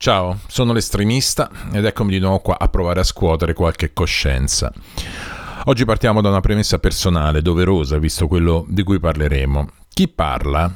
Ciao, sono l'estremista ed eccomi di nuovo qua a provare a scuotere qualche coscienza. Oggi partiamo da una premessa personale, doverosa, visto quello di cui parleremo. Chi parla,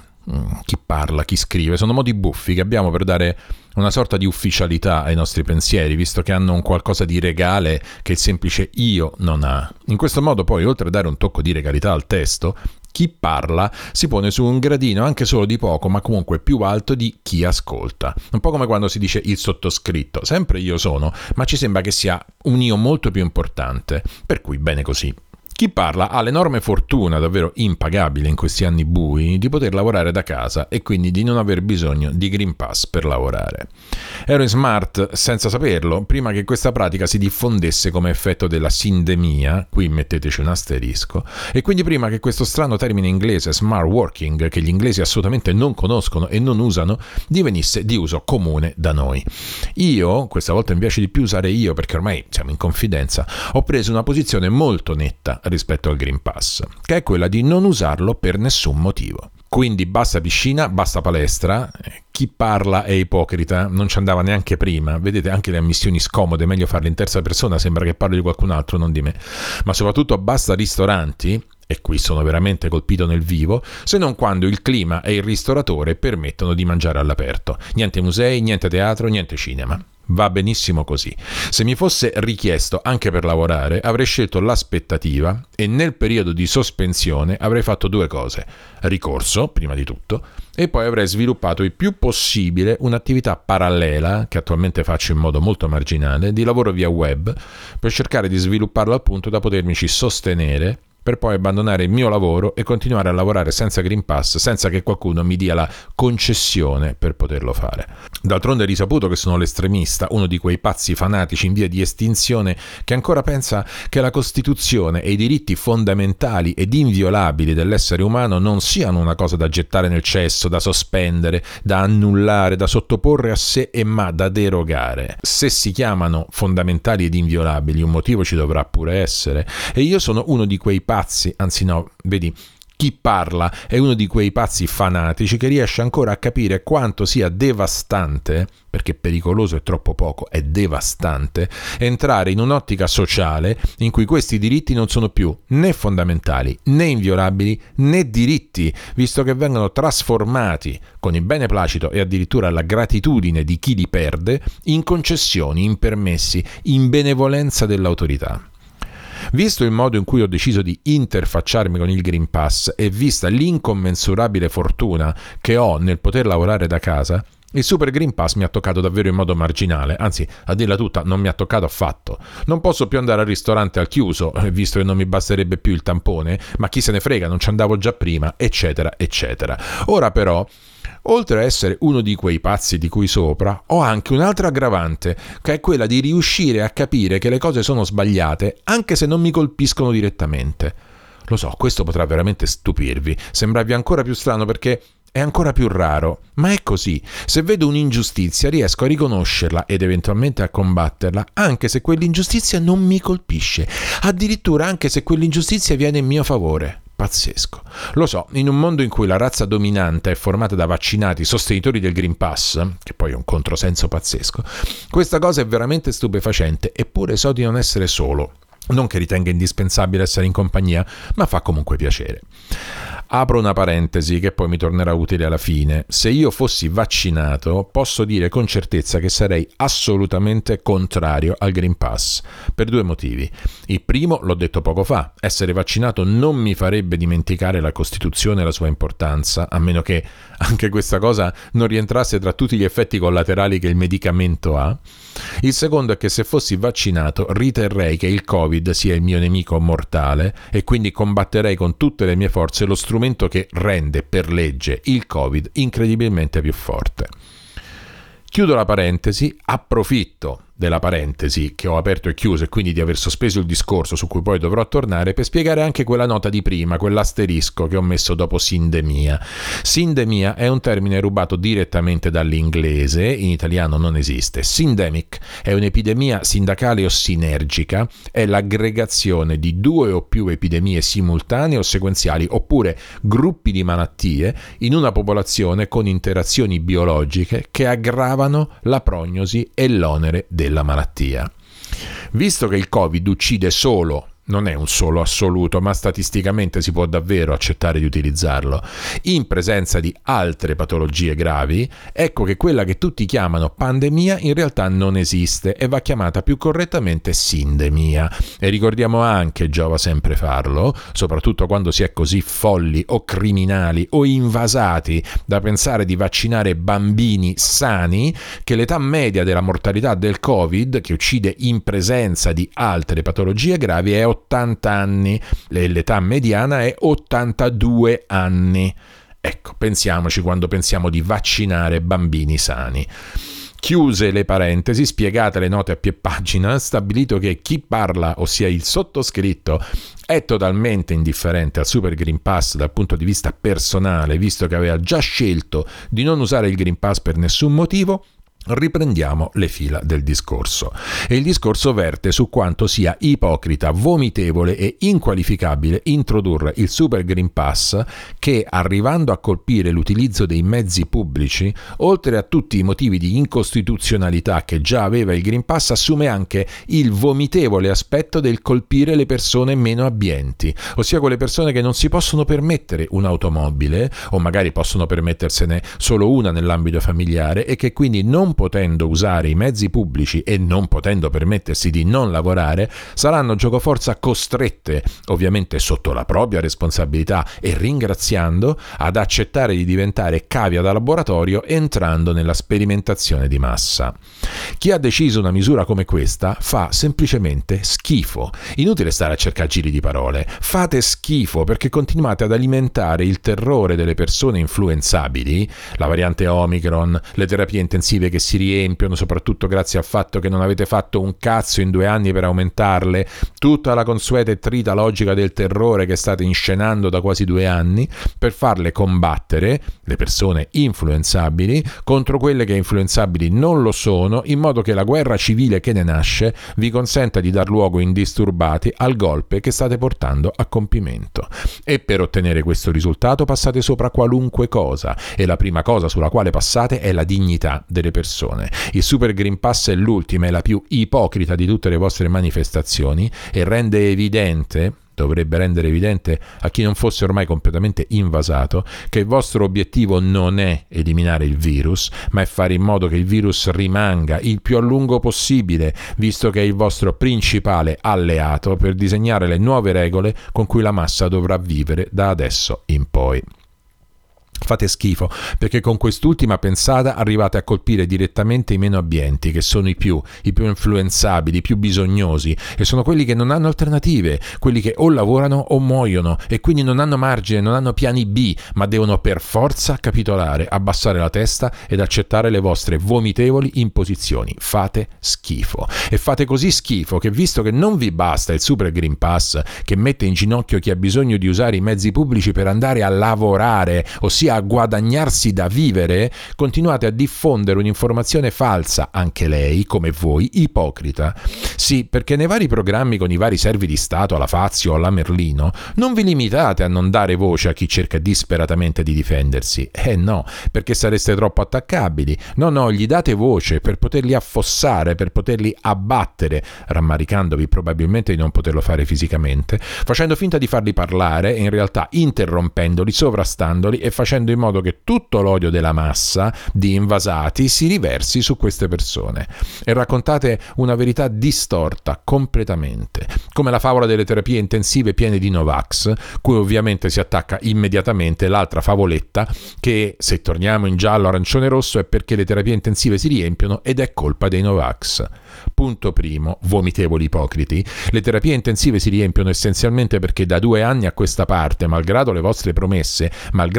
chi scrive, sono modi buffi che abbiamo per dare una sorta di ufficialità ai nostri pensieri, visto che hanno un qualcosa di regale che il semplice io non ha. In questo modo poi, oltre a dare un tocco di regalità al testo, chi parla si pone su un gradino anche solo di poco, ma comunque più alto di chi ascolta. Un po' come quando si dice il sottoscritto, sempre io sono, ma ci sembra che sia un io molto più importante, per cui bene così. Chi parla ha l'enorme fortuna, davvero impagabile in questi anni bui, di poter lavorare da casa e quindi di non aver bisogno di Green Pass per lavorare. Ero in smart senza saperlo, prima che questa pratica si diffondesse come effetto della sindemia, qui metteteci un asterisco, e quindi prima che questo strano termine inglese smart working, che gli inglesi assolutamente non conoscono e non usano, divenisse di uso comune da noi. Io, questa volta invece di più usare io, perché ormai siamo in confidenza, ho preso una posizione molto netta rispetto al Green Pass, che è quella di non usarlo per nessun motivo. Quindi basta piscina, basta palestra, chi parla è ipocrita, non ci andava neanche prima, vedete anche le ammissioni scomode, meglio farle in terza persona, sembra che parli di qualcun altro, non di me, ma soprattutto basta ristoranti, e qui sono veramente colpito nel vivo, se non quando il clima e il ristoratore permettono di mangiare all'aperto, niente musei, niente teatro, niente cinema. Va benissimo così. Se mi fosse richiesto anche per lavorare, avrei scelto l'aspettativa e nel periodo di sospensione avrei fatto due cose. Ricorso, prima di tutto, e poi avrei sviluppato il più possibile un'attività parallela, che attualmente faccio in modo molto marginale, di lavoro via web, per cercare di svilupparlo al punto da potermici sostenere, per poi abbandonare il mio lavoro e continuare a lavorare senza Green Pass, senza che qualcuno mi dia la concessione per poterlo fare. D'altronde è risaputo che sono l'estremista, uno di quei pazzi fanatici in via di estinzione che ancora pensa che la Costituzione e i diritti fondamentali ed inviolabili dell'essere umano non siano una cosa da gettare nel cesso, da sospendere, da annullare, da sottoporre a sé e ma da derogare. Se si chiamano fondamentali ed inviolabili, un motivo ci dovrà pure essere, e io sono uno di quei pazzi, anzi no, vedi, chi parla è uno di quei pazzi fanatici che riesce ancora a capire quanto sia devastante, perché pericoloso è troppo poco, è devastante, entrare in un'ottica sociale in cui questi diritti non sono più né fondamentali, né inviolabili, né diritti, visto che vengono trasformati con il beneplacito e addirittura la gratitudine di chi li perde in concessioni, in permessi, in benevolenza dell'autorità. Visto il modo in cui ho deciso di interfacciarmi con il Green Pass e vista l'incommensurabile fortuna che ho nel poter lavorare da casa, il Super Green Pass mi ha toccato davvero in modo marginale, anzi, a dirla tutta, non mi ha toccato affatto. Non posso più andare al ristorante al chiuso, visto che non mi basterebbe più il tampone, ma chi se ne frega, non ci andavo già prima, eccetera, eccetera. Ora però, oltre a essere uno di quei pazzi di cui sopra, ho anche un'altra aggravante, che è quella di riuscire a capire che le cose sono sbagliate, anche se non mi colpiscono direttamente. Lo so, questo potrà veramente stupirvi, sembrarvi ancora più strano perché è ancora più raro, ma è così. Se vedo un'ingiustizia riesco a riconoscerla ed eventualmente a combatterla, anche se quell'ingiustizia non mi colpisce, addirittura anche se quell'ingiustizia viene in mio favore. Pazzesco. Lo so, in un mondo in cui la razza dominante è formata da vaccinati sostenitori del Green Pass, che poi è un controsenso pazzesco, questa cosa è veramente stupefacente, eppure so di non essere solo. Non che ritenga indispensabile essere in compagnia, ma fa comunque piacere. Apro una parentesi che poi mi tornerà utile alla fine. Se io fossi vaccinato, posso dire con certezza che sarei assolutamente contrario al Green Pass, per due motivi. Il primo, l'ho detto poco fa, essere vaccinato non mi farebbe dimenticare la Costituzione e la sua importanza, a meno che anche questa cosa non rientrasse tra tutti gli effetti collaterali che il medicamento ha. Il secondo è che se fossi vaccinato riterrei che il Covid sia il mio nemico mortale e quindi combatterei con tutte le mie forze lo strumento che rende per legge il Covid incredibilmente più forte. Chiudo la parentesi, approfitto della parentesi che ho aperto e chiuso e quindi di aver sospeso il discorso su cui poi dovrò tornare per spiegare anche quella nota di prima, quell'asterisco che ho messo dopo sindemia. Sindemia è un termine rubato direttamente dall'inglese, in italiano non esiste. Syndemic è un'epidemia sindacale o sinergica, è l'aggregazione di due o più epidemie simultanee o sequenziali oppure gruppi di malattie in una popolazione con interazioni biologiche che aggravano la prognosi e l'onere della malattia. Visto che il Covid uccide solo, non è un solo assoluto, ma statisticamente si può davvero accettare di utilizzarlo, in presenza di altre patologie gravi, ecco che quella che tutti chiamano pandemia in realtà non esiste e va chiamata più correttamente sindemia. E ricordiamo anche, giova sempre farlo, soprattutto quando si è così folli o criminali o invasati da pensare di vaccinare bambini sani, che l'età media della mortalità del Covid, che uccide in presenza di altre patologie gravi, è 80 anni e l'età mediana è 82 anni. Ecco, pensiamoci quando pensiamo di vaccinare bambini sani. Chiuse le parentesi, spiegate le note a pie pagina, stabilito che chi parla, ossia il sottoscritto, è totalmente indifferente al Super Green Pass dal punto di vista personale, visto che aveva già scelto di non usare il Green Pass per nessun motivo, riprendiamo le fila del discorso. E il discorso verte su quanto sia ipocrita, vomitevole e inqualificabile introdurre il Super Green Pass che, arrivando a colpire l'utilizzo dei mezzi pubblici, oltre a tutti i motivi di incostituzionalità che già aveva il Green Pass, assume anche il vomitevole aspetto del colpire le persone meno abbienti, ossia quelle persone che non si possono permettere un'automobile o magari possono permettersene solo una nell'ambito familiare e che quindi, non potendo usare i mezzi pubblici e non potendo permettersi di non lavorare, saranno giocoforza costrette, ovviamente sotto la propria responsabilità e ringraziando, ad accettare di diventare cavia da laboratorio entrando nella sperimentazione di massa. Chi ha deciso una misura come questa fa semplicemente schifo. Inutile stare a cercare giri di parole. Fate schifo perché continuate ad alimentare il terrore delle persone influenzabili, la variante Omicron, le terapie intensive che si riempiono soprattutto grazie al fatto che non avete fatto un cazzo in 2 anni per aumentarle, tutta la consueta e trita logica del terrore che state inscenando da quasi 2 anni per farle combattere, le persone influenzabili, contro quelle che influenzabili non lo sono, in modo che la guerra civile che ne nasce vi consenta di dar luogo indisturbati al golpe che state portando a compimento. E per ottenere questo risultato passate sopra qualunque cosa, e la prima cosa sulla quale passate è la dignità delle persone. Il Super Green Pass è l'ultima e la più ipocrita di tutte le vostre manifestazioni e dovrebbe rendere evidente a chi non fosse ormai completamente invasato che il vostro obiettivo non è eliminare il virus, ma è fare in modo che il virus rimanga il più a lungo possibile, visto che è il vostro principale alleato per disegnare le nuove regole con cui la massa dovrà vivere da adesso in poi. Fate schifo perché con quest'ultima pensata arrivate a colpire direttamente i meno abbienti, che sono i più influenzabili, i più bisognosi, e sono quelli che non hanno alternative, quelli che o lavorano o muoiono e quindi non hanno margine, non hanno piani B, ma devono per forza capitolare, abbassare la testa ed accettare le vostre vomitevoli imposizioni. Fate schifo. E fate così schifo che, visto che non vi basta il Super Green Pass che mette in ginocchio chi ha bisogno di usare i mezzi pubblici per andare a lavorare, ossia a guadagnarsi da vivere, continuate a diffondere un'informazione falsa, anche lei, come voi, ipocrita. Sì, perché nei vari programmi con i vari servi di Stato alla Fazio o alla Merlino non vi limitate a non dare voce a chi cerca disperatamente di difendersi. No, perché sareste troppo attaccabili. No, gli date voce per poterli affossare, per poterli abbattere, rammaricandovi probabilmente di non poterlo fare fisicamente, facendo finta di farli parlare e in realtà interrompendoli, sovrastandoli e facendo in modo che tutto l'odio della massa di invasati si riversi su queste persone. E raccontate una verità distorta completamente, come la favola delle terapie intensive piene di Novax, cui ovviamente si attacca immediatamente l'altra favoletta che, se torniamo in giallo, arancione e rosso, è perché le terapie intensive si riempiono ed è colpa dei Novax. Punto primo, vomitevoli ipocriti. Le terapie intensive si riempiono essenzialmente perché da 2 anni a questa parte, malgrado le vostre promesse, malgrado averci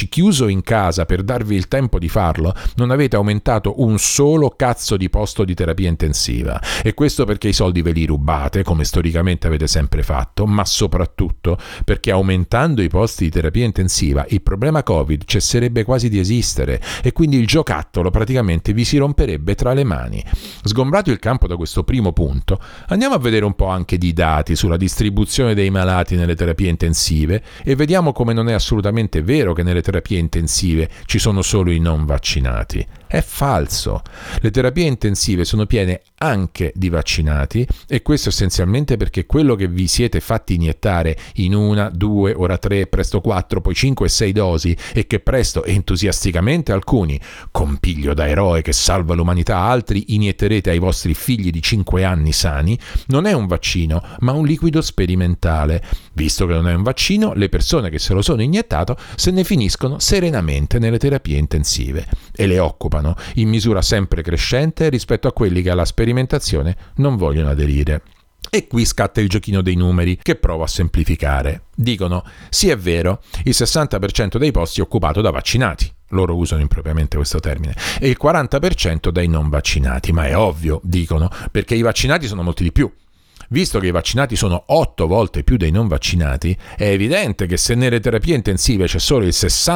tenerci chiuso in casa per darvi il tempo di farlo, non avete aumentato un solo cazzo di posto di terapia intensiva. E questo perché i soldi ve li rubate, come storicamente avete sempre fatto, ma soprattutto perché aumentando i posti di terapia intensiva il problema Covid cesserebbe quasi di esistere e quindi il giocattolo praticamente vi si romperebbe tra le mani. Sgombrato il campo da questo primo punto, andiamo a vedere un po' anche di dati sulla distribuzione dei malati nelle terapie intensive e vediamo come non è assolutamente vero che nelle terapie intensive ci sono solo i non vaccinati. È falso. Le terapie intensive sono piene anche di vaccinati e questo essenzialmente perché quello che vi siete fatti iniettare in 1, 2, ora 3, presto 4, poi 5 e 6 dosi e che presto e entusiasticamente alcuni, con piglio da eroe che salva l'umanità, altri inietterete ai vostri figli di 5 anni sani, non è un vaccino ma un liquido sperimentale. Visto che non è un vaccino, le persone che se lo sono iniettato se ne finiscono serenamente nelle terapie intensive e le occupano in misura sempre crescente rispetto a quelli che alla sperimentazione non vogliono aderire. E qui scatta il giochino dei numeri che provo a semplificare. Dicono, sì è vero, il 60% dei posti è occupato da vaccinati, loro usano impropriamente questo termine, e il 40% dai non vaccinati, ma è ovvio, dicono, perché i vaccinati sono molti di più. Visto che i vaccinati sono 8 volte più dei non vaccinati, è evidente che se nelle terapie intensive c'è solo il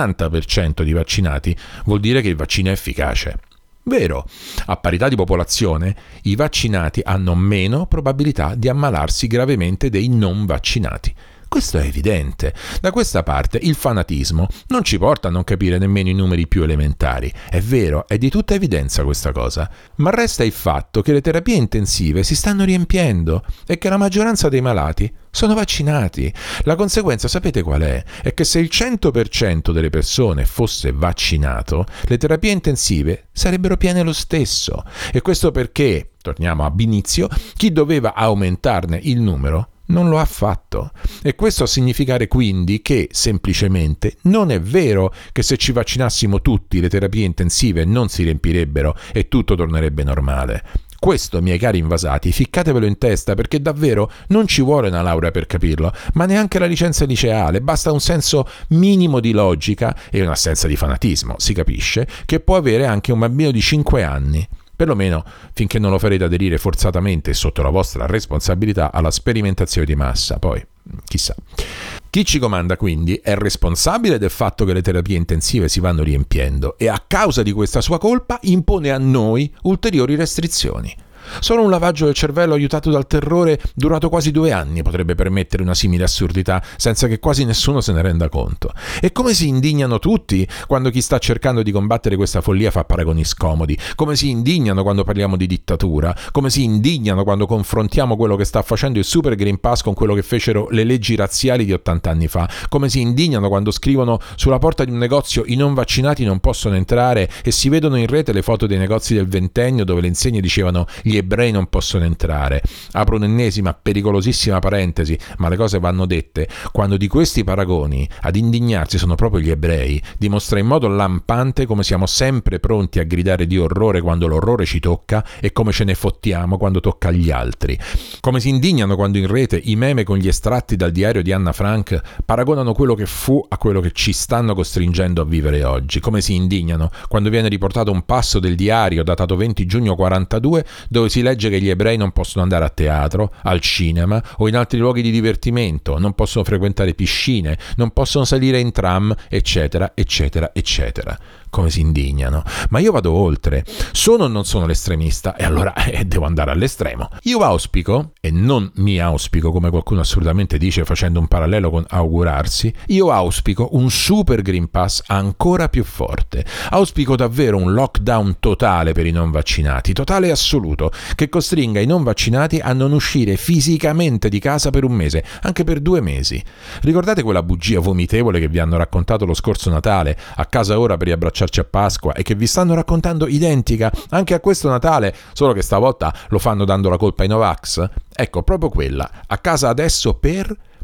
60% di vaccinati, vuol dire che il vaccino è efficace. Vero, a parità di popolazione, i vaccinati hanno meno probabilità di ammalarsi gravemente dei non vaccinati. Questo è evidente. Da questa parte il fanatismo non ci porta a non capire nemmeno i numeri più elementari. È vero, è di tutta evidenza questa cosa. Ma resta il fatto che le terapie intensive si stanno riempiendo e che la maggioranza dei malati sono vaccinati. La conseguenza sapete qual è? È che se il 100% delle persone fosse vaccinato, le terapie intensive sarebbero piene lo stesso. E questo perché, torniamo ab inizio, chi doveva aumentarne il numero non lo ha fatto. E questo a significare quindi che, semplicemente, non è vero che se ci vaccinassimo tutti le terapie intensive non si riempirebbero e tutto tornerebbe normale. Questo, miei cari invasati, ficcatevelo in testa perché davvero non ci vuole una laurea per capirlo, ma neanche la licenza liceale, basta un senso minimo di logica e un'assenza di fanatismo, si capisce, che può avere anche un bambino di 5 anni. Perlomeno finché non lo farete aderire forzatamente sotto la vostra responsabilità alla sperimentazione di massa, poi chissà. Chi ci comanda quindi è responsabile del fatto che le terapie intensive si vanno riempiendo e a causa di questa sua colpa impone a noi ulteriori restrizioni. Solo un lavaggio del cervello aiutato dal terrore durato quasi 2 anni potrebbe permettere una simile assurdità senza che quasi nessuno se ne renda conto. E come si indignano tutti quando chi sta cercando di combattere questa follia fa paragoni scomodi, come si indignano quando parliamo di dittatura, come si indignano quando confrontiamo quello che sta facendo il Super Green Pass con quello che fecero le leggi razziali di 80 anni fa, come si indignano quando scrivono sulla porta di un negozio i non vaccinati non possono entrare e si vedono in rete le foto dei negozi del ventennio dove le insegne dicevano gli ebrei non possono entrare. Apro un'ennesima pericolosissima parentesi, ma le cose vanno dette. Quando di questi paragoni ad indignarsi sono proprio gli ebrei, dimostra in modo lampante come siamo sempre pronti a gridare di orrore quando l'orrore ci tocca e come ce ne fottiamo quando tocca agli altri. Come si indignano quando in rete i meme con gli estratti dal diario di Anna Frank paragonano quello che fu a quello che ci stanno costringendo a vivere oggi. Come si indignano quando viene riportato un passo del diario datato 20 giugno 42 dove si legge che gli ebrei non possono andare a teatro, al cinema o in altri luoghi di divertimento, non possono frequentare piscine, non possono salire in tram, eccetera, eccetera, eccetera. Come si indignano. Ma io vado oltre. Sono o non sono l'estremista? E allora devo andare all'estremo. Io auspico, e non mi auspico come qualcuno assolutamente dice facendo un parallelo con augurarsi, io auspico un Super Green Pass ancora più forte. Auspico davvero un lockdown totale per i non vaccinati, totale e assoluto, che costringa i non vaccinati a non uscire fisicamente di casa per un mese, anche per 2 mesi. Ricordate quella bugia vomitevole che vi hanno raccontato lo scorso Natale, a casa ora per riabbracciarci a Pasqua, e che vi stanno raccontando identica anche a questo Natale, solo che stavolta lo fanno dando la colpa ai Novax? Ecco, proprio quella, a casa adesso per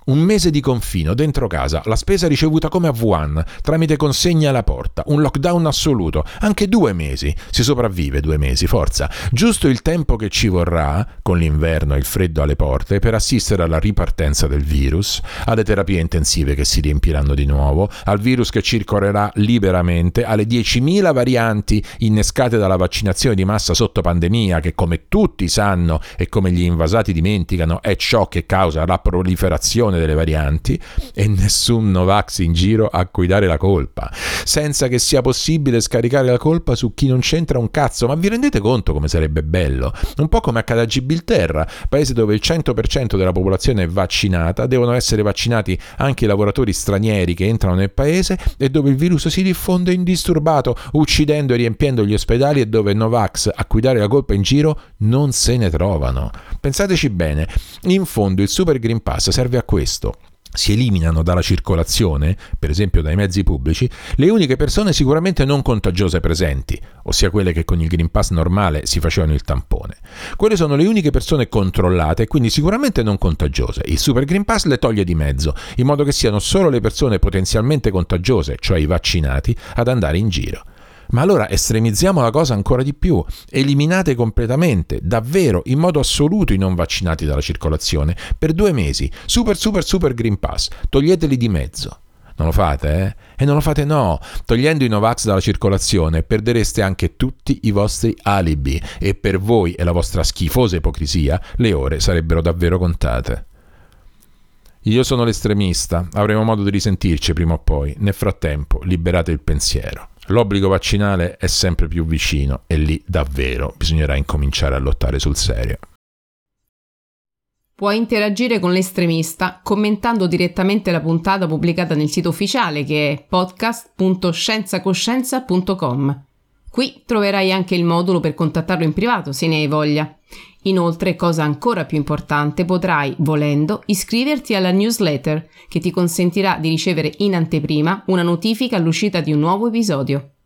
un mese di confino dentro casa, la spesa ricevuta come a Wuhan, tramite consegna alla porta, un lockdown assoluto, anche 2 mesi, si sopravvive 2 mesi, forza, giusto il tempo che ci vorrà, con l'inverno e il freddo alle porte, per assistere alla ripartenza del virus, alle terapie intensive che si riempiranno di nuovo, al virus che circolerà liberamente, alle 10.000 varianti innescate dalla vaccinazione di massa sotto pandemia, che come tutti sanno e come gli invasati dimenticano è ciò che causa la proliferazione delle varianti, e nessun Novax in giro a cui dare la colpa, senza che sia possibile scaricare la colpa su chi non c'entra un cazzo. Ma vi rendete conto come sarebbe bello? Un po' come accade a Gibilterra, paese dove il 100% della popolazione è vaccinata, devono essere vaccinati anche i lavoratori stranieri che entrano nel paese, e dove il virus si diffonde indisturbato, uccidendo e riempiendo gli ospedali, e dove Novax a cui dare la colpa in giro non se ne trovano. Pensateci bene, in fondo il Super Green Pass serve a questo. Si eliminano dalla circolazione, per esempio dai mezzi pubblici, le uniche persone sicuramente non contagiose presenti, ossia quelle che con il Green Pass normale si facevano il tampone. Quelle sono le uniche persone controllate e quindi sicuramente non contagiose. Il Super Green Pass le toglie di mezzo, in modo che siano solo le persone potenzialmente contagiose, cioè i vaccinati, ad andare in giro. Ma allora estremizziamo la cosa ancora di più, eliminate completamente, davvero, in modo assoluto i non vaccinati dalla circolazione, per 2 mesi, super Green Pass, toglieteli di mezzo. Non lo fate, eh? E non lo fate no, togliendo i Novax dalla circolazione perdereste anche tutti i vostri alibi, e per voi e la vostra schifosa ipocrisia le ore sarebbero davvero contate. Io sono l'estremista, avremo modo di risentirci prima o poi, nel frattempo liberate il pensiero. L'obbligo vaccinale è sempre più vicino e lì davvero bisognerà incominciare a lottare sul serio. Puoi interagire con l'estremista commentando direttamente la puntata pubblicata nel sito ufficiale, che è podcast.scienzacoscienza.com. Qui troverai anche il modulo per contattarlo in privato se ne hai voglia. Inoltre, cosa ancora più importante, potrai, volendo, iscriverti alla newsletter che ti consentirà di ricevere in anteprima una notifica all'uscita di un nuovo episodio.